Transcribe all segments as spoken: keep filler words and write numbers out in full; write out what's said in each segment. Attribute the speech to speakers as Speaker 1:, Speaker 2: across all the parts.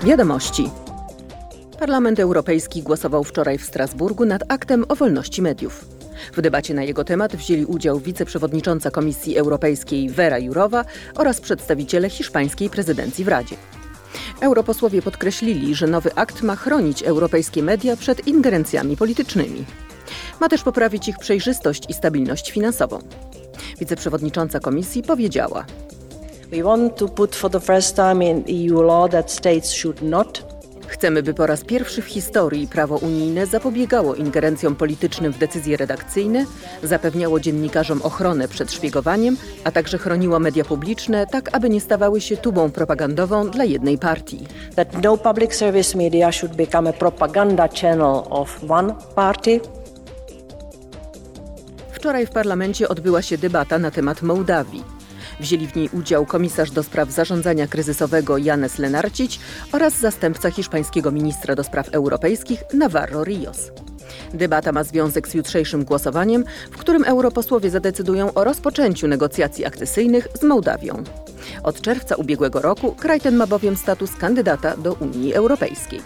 Speaker 1: Wiadomości. Parlament Europejski głosował wczoraj w Strasburgu nad aktem o wolności mediów. W debacie na jego temat wzięli udział wiceprzewodnicząca Komisji Europejskiej Vera Jourová oraz przedstawiciele hiszpańskiej prezydencji w Radzie. Europosłowie podkreślili, że nowy akt ma chronić europejskie media przed ingerencjami politycznymi. Ma też poprawić ich przejrzystość i stabilność finansową. Wiceprzewodnicząca Komisji powiedziała:
Speaker 2: We want to put for the first time in E U law that states should not.
Speaker 1: Chcemy, by po raz pierwszy w historii prawo unijne zapobiegało ingerencjom politycznym w decyzje redakcyjne, zapewniało dziennikarzom ochronę przed szpiegowaniem, a także chroniło media publiczne, tak aby nie stawały się tubą propagandową dla jednej partii.
Speaker 2: That no public service media should become a propaganda channel of one party.
Speaker 1: Wczoraj w parlamencie odbyła się debata na temat Mołdawii. Wzięli w niej udział komisarz do spraw zarządzania kryzysowego Janez Lenarčič oraz zastępca hiszpańskiego ministra do spraw europejskich Navarro Ríos. Debata ma związek z jutrzejszym głosowaniem, w którym europosłowie zadecydują o rozpoczęciu negocjacji akcesyjnych z Mołdawią. Od czerwca ubiegłego roku kraj ten ma bowiem status kandydata do Unii Europejskiej.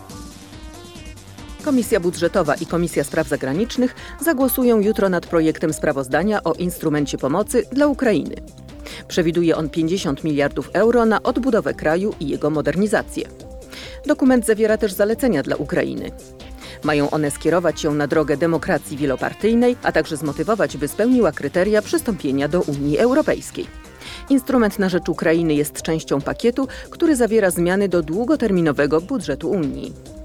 Speaker 1: Komisja Budżetowa i Komisja Spraw Zagranicznych zagłosują jutro nad projektem sprawozdania o instrumencie pomocy dla Ukrainy. Przewiduje on pięćdziesiąt miliardów euro na odbudowę kraju i jego modernizację. Dokument zawiera też zalecenia dla Ukrainy. Mają one skierować ją na drogę demokracji wielopartyjnej, a także zmotywować, by spełniła kryteria przystąpienia do Unii Europejskiej. Instrument na rzecz Ukrainy jest częścią pakietu, który zawiera zmiany do długoterminowego budżetu Unii.